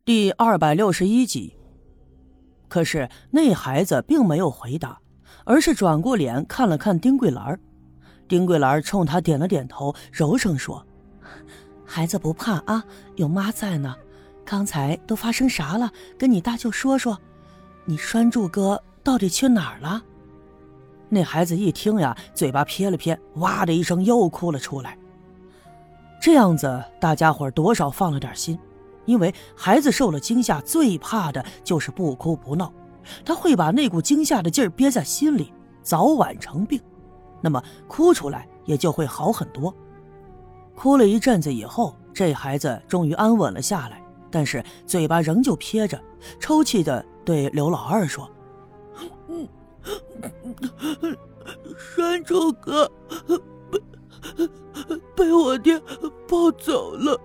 第261集。可是那孩子并没有回答，而是转过脸看了看丁桂兰。丁桂兰冲他点了点头，柔声说：孩子不怕啊，有妈在呢。刚才都发生啥了？跟你大舅说说，你栓柱哥到底去哪儿了？那孩子一听呀，嘴巴撇了撇，哇的一声又哭了出来。这样子大家伙多少放了点心，因为孩子受了惊吓最怕的就是不哭不闹，他会把那股惊吓的劲儿憋在心里，早晚成病，那么哭出来也就会好很多。哭了一阵子以后，这孩子终于安稳了下来，但是嘴巴仍旧撇着，抽泣地对刘老二说： 栓柱哥被我爹抱走了。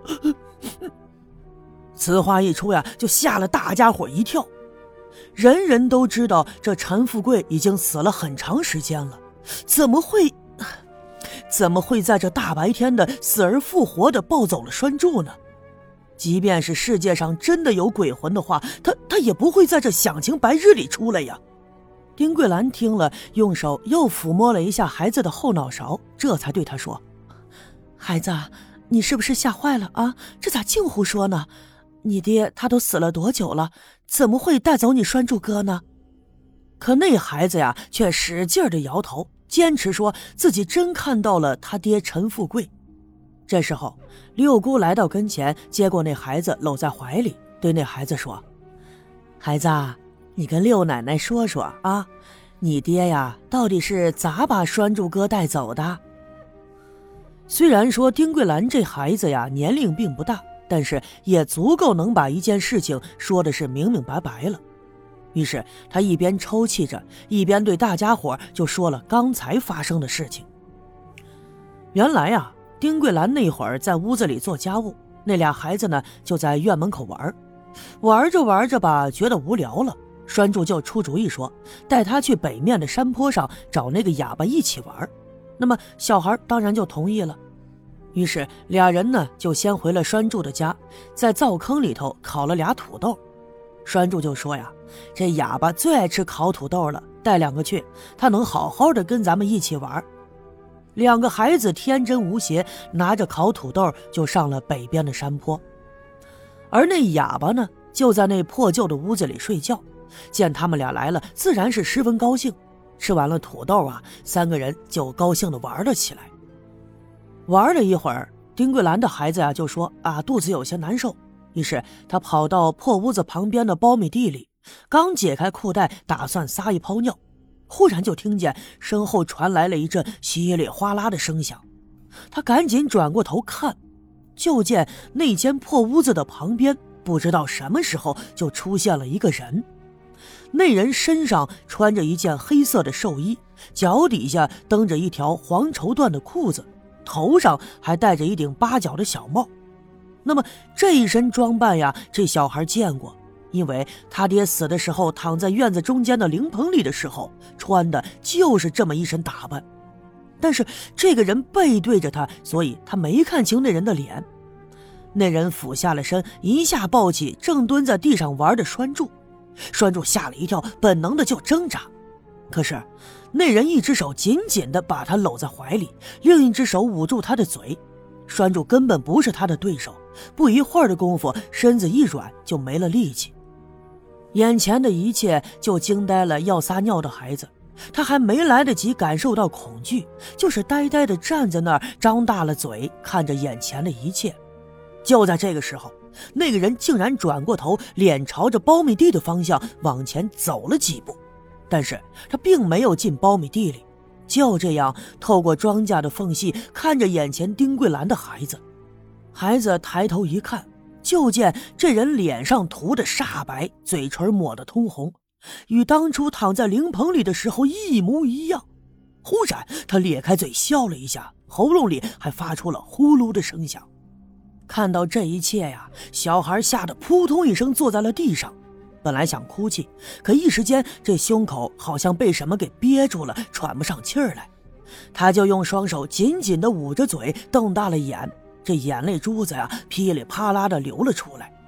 此话一出呀，就吓了大家伙一跳。人人都知道这陈富贵已经死了很长时间了，怎么会在这大白天的死而复活的抱走了栓柱呢？即便是世界上真的有鬼魂的话，他也不会在这响晴白日里出来呀。丁桂兰听了，用手又抚摸了一下孩子的后脑勺，这才对他说：孩子，你是不是吓坏了啊？这咋净胡说呢？你爹他都死了多久了，怎么会带走你栓柱哥呢？可那孩子呀，却使劲地摇头，坚持说自己真看到了他爹陈富贵。这时候六姑来到跟前，接过那孩子搂在怀里，对那孩子说：孩子，你跟六奶奶说说啊，你爹呀到底是咋把栓柱哥带走的？虽然说丁桂兰这孩子呀年龄并不大，但是也足够能把一件事情说的是明明白白了。于是他一边抽泣着，一边对大家伙就说了刚才发生的事情。原来啊，丁桂兰那会儿在屋子里做家务，那俩孩子呢就在院门口玩着吧，觉得无聊了，栓柱就出主意说带他去北面的山坡上找那个哑巴一起玩。那么小孩当然就同意了。于是俩人呢就先回了栓柱的家，在灶坑里头烤了俩土豆。栓柱就说呀，这哑巴最爱吃烤土豆了，带两个去，他能好好的跟咱们一起玩。两个孩子天真无邪，拿着烤土豆就上了北边的山坡。而那哑巴呢，就在那破旧的屋子里睡觉，见他们俩来了，自然是十分高兴。吃完了土豆啊，三个人就高兴地玩了起来。玩了一会儿，丁桂兰的孩子就说肚子有些难受，于是他跑到破屋子旁边的苞米地里，刚解开裤带打算撒一泡尿，忽然就听见身后传来了一阵稀里哗啦的声响。他赶紧转过头看，就见那间破屋子的旁边不知道什么时候就出现了一个人。那人身上穿着一件黑色的寿衣，脚底下蹬着一条黄绸缎的裤子，头上还戴着一顶八角的小帽。那么这一身装扮呀，这小孩见过，因为他爹死的时候躺在院子中间的灵棚里的时候穿的就是这么一身打扮。但是这个人背对着他，所以他没看清那人的脸。那人俯下了身，一下抱起正蹲在地上玩的栓柱。栓柱吓了一跳，本能的就挣扎，可是那人一只手紧紧地把他搂在怀里，另一只手捂住他的嘴。栓柱根本不是他的对手，不一会儿的功夫，身子一软就没了力气。眼前的一切就惊呆了要撒尿的孩子，他还没来得及感受到恐惧，就是呆呆地站在那儿，张大了嘴看着眼前的一切。就在这个时候，那个人竟然转过头，脸朝着苞米地的方向往前走了几步，但是他并没有进苞米地里，就这样透过庄稼的缝隙看着眼前丁桂兰的孩子。孩子抬头一看，就见这人脸上涂的煞白，嘴唇抹得通红，与当初躺在灵棚里的时候一模一样。忽然他咧开嘴笑了一下，喉咙里还发出了呼噜的声响。看到这一切呀，小孩吓得扑通一声坐在了地上，本来想哭泣，可一时间这胸口好像被什么给憋住了，喘不上气儿来。他就用双手紧紧地捂着嘴，瞪大了眼，这眼泪珠子呀噼里啪啦地流了出来。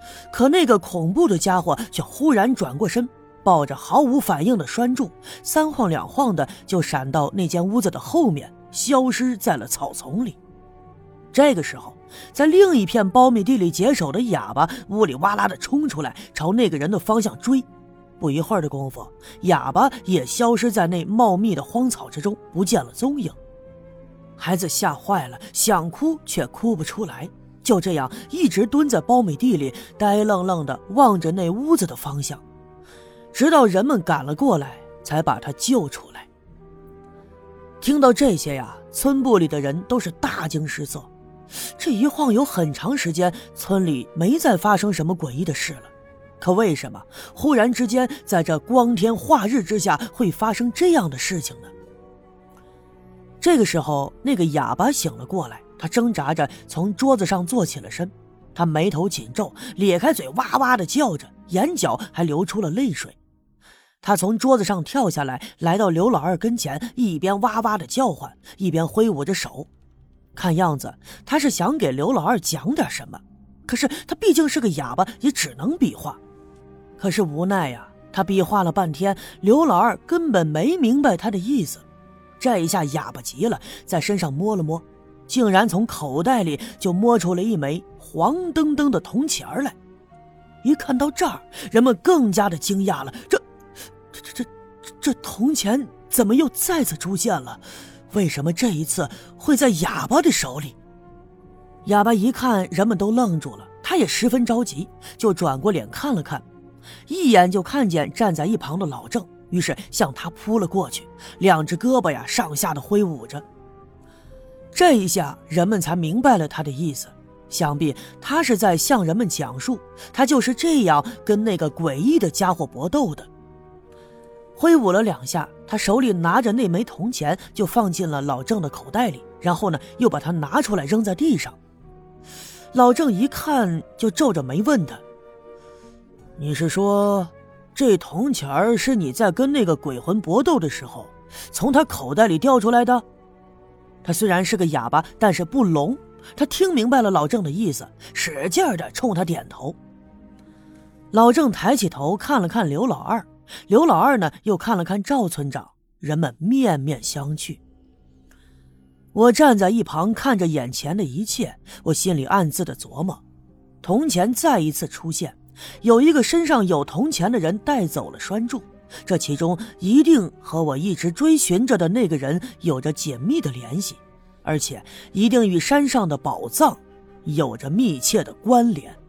可那个恐怖的家伙却忽然转过身，抱着毫无反应的栓柱，三晃两晃的就闪到那间屋子的后面，消失在了草丛里。这个时候，在另一片苞米地里解手的哑巴呜里哇啦的冲出来，朝那个人的方向追。不一会儿的功夫，哑巴也消失在那茂密的荒草之中，不见了踪影。孩子吓坏了，想哭却哭不出来，就这样一直蹲在苞米地里，呆愣愣地望着那屋子的方向，直到人们赶了过来，才把他救出来。听到这些呀，村部里的人都是大惊失色。这一晃有很长时间，村里没再发生什么诡异的事了。可为什么忽然之间在这光天化日之下会发生这样的事情呢？这个时候，那个哑巴醒了过来，他挣扎着从桌子上坐起了身，他眉头紧皱，咧开嘴哇哇地叫着，眼角还流出了泪水。他从桌子上跳下来，来到刘老二跟前，一边哇哇地叫唤，一边挥舞着手。看样子他是想给刘老二讲点什么，可是他毕竟是个哑巴，也只能比划。可是无奈呀，他比划了半天，刘老二根本没明白他的意思。这一下哑巴急了，在身上摸了摸，竟然从口袋里就摸出了一枚黄澄澄的铜钱来。一看到这儿，人们更加的惊讶了，这铜钱怎么又再次出现了？为什么这一次会在哑巴的手里？哑巴一看人们都愣住了，他也十分着急，就转过脸看了看，一眼就看见站在一旁的老郑，于是向他扑了过去，两只胳膊呀上下的挥舞着。这一下人们才明白了他的意思，想必他是在向人们讲述他就是这样跟那个诡异的家伙搏斗的。挥舞了两下，他手里拿着那枚铜钱就放进了老郑的口袋里，然后呢又把它拿出来扔在地上。老郑一看就皱着眉问他：你是说这铜钱是你在跟那个鬼魂搏斗的时候从他口袋里掉出来的？他虽然是个哑巴，但是不聋，他听明白了老郑的意思，使劲地冲他点头。老郑抬起头看了看刘老二，刘老二呢又看了看赵村长，人们面面相觑。我站在一旁看着眼前的一切，我心里暗自的琢磨，铜钱再一次出现，有一个身上有铜钱的人带走了栓柱，这其中一定和我一直追寻着的那个人有着紧密的联系，而且一定与山上的宝藏有着密切的关联。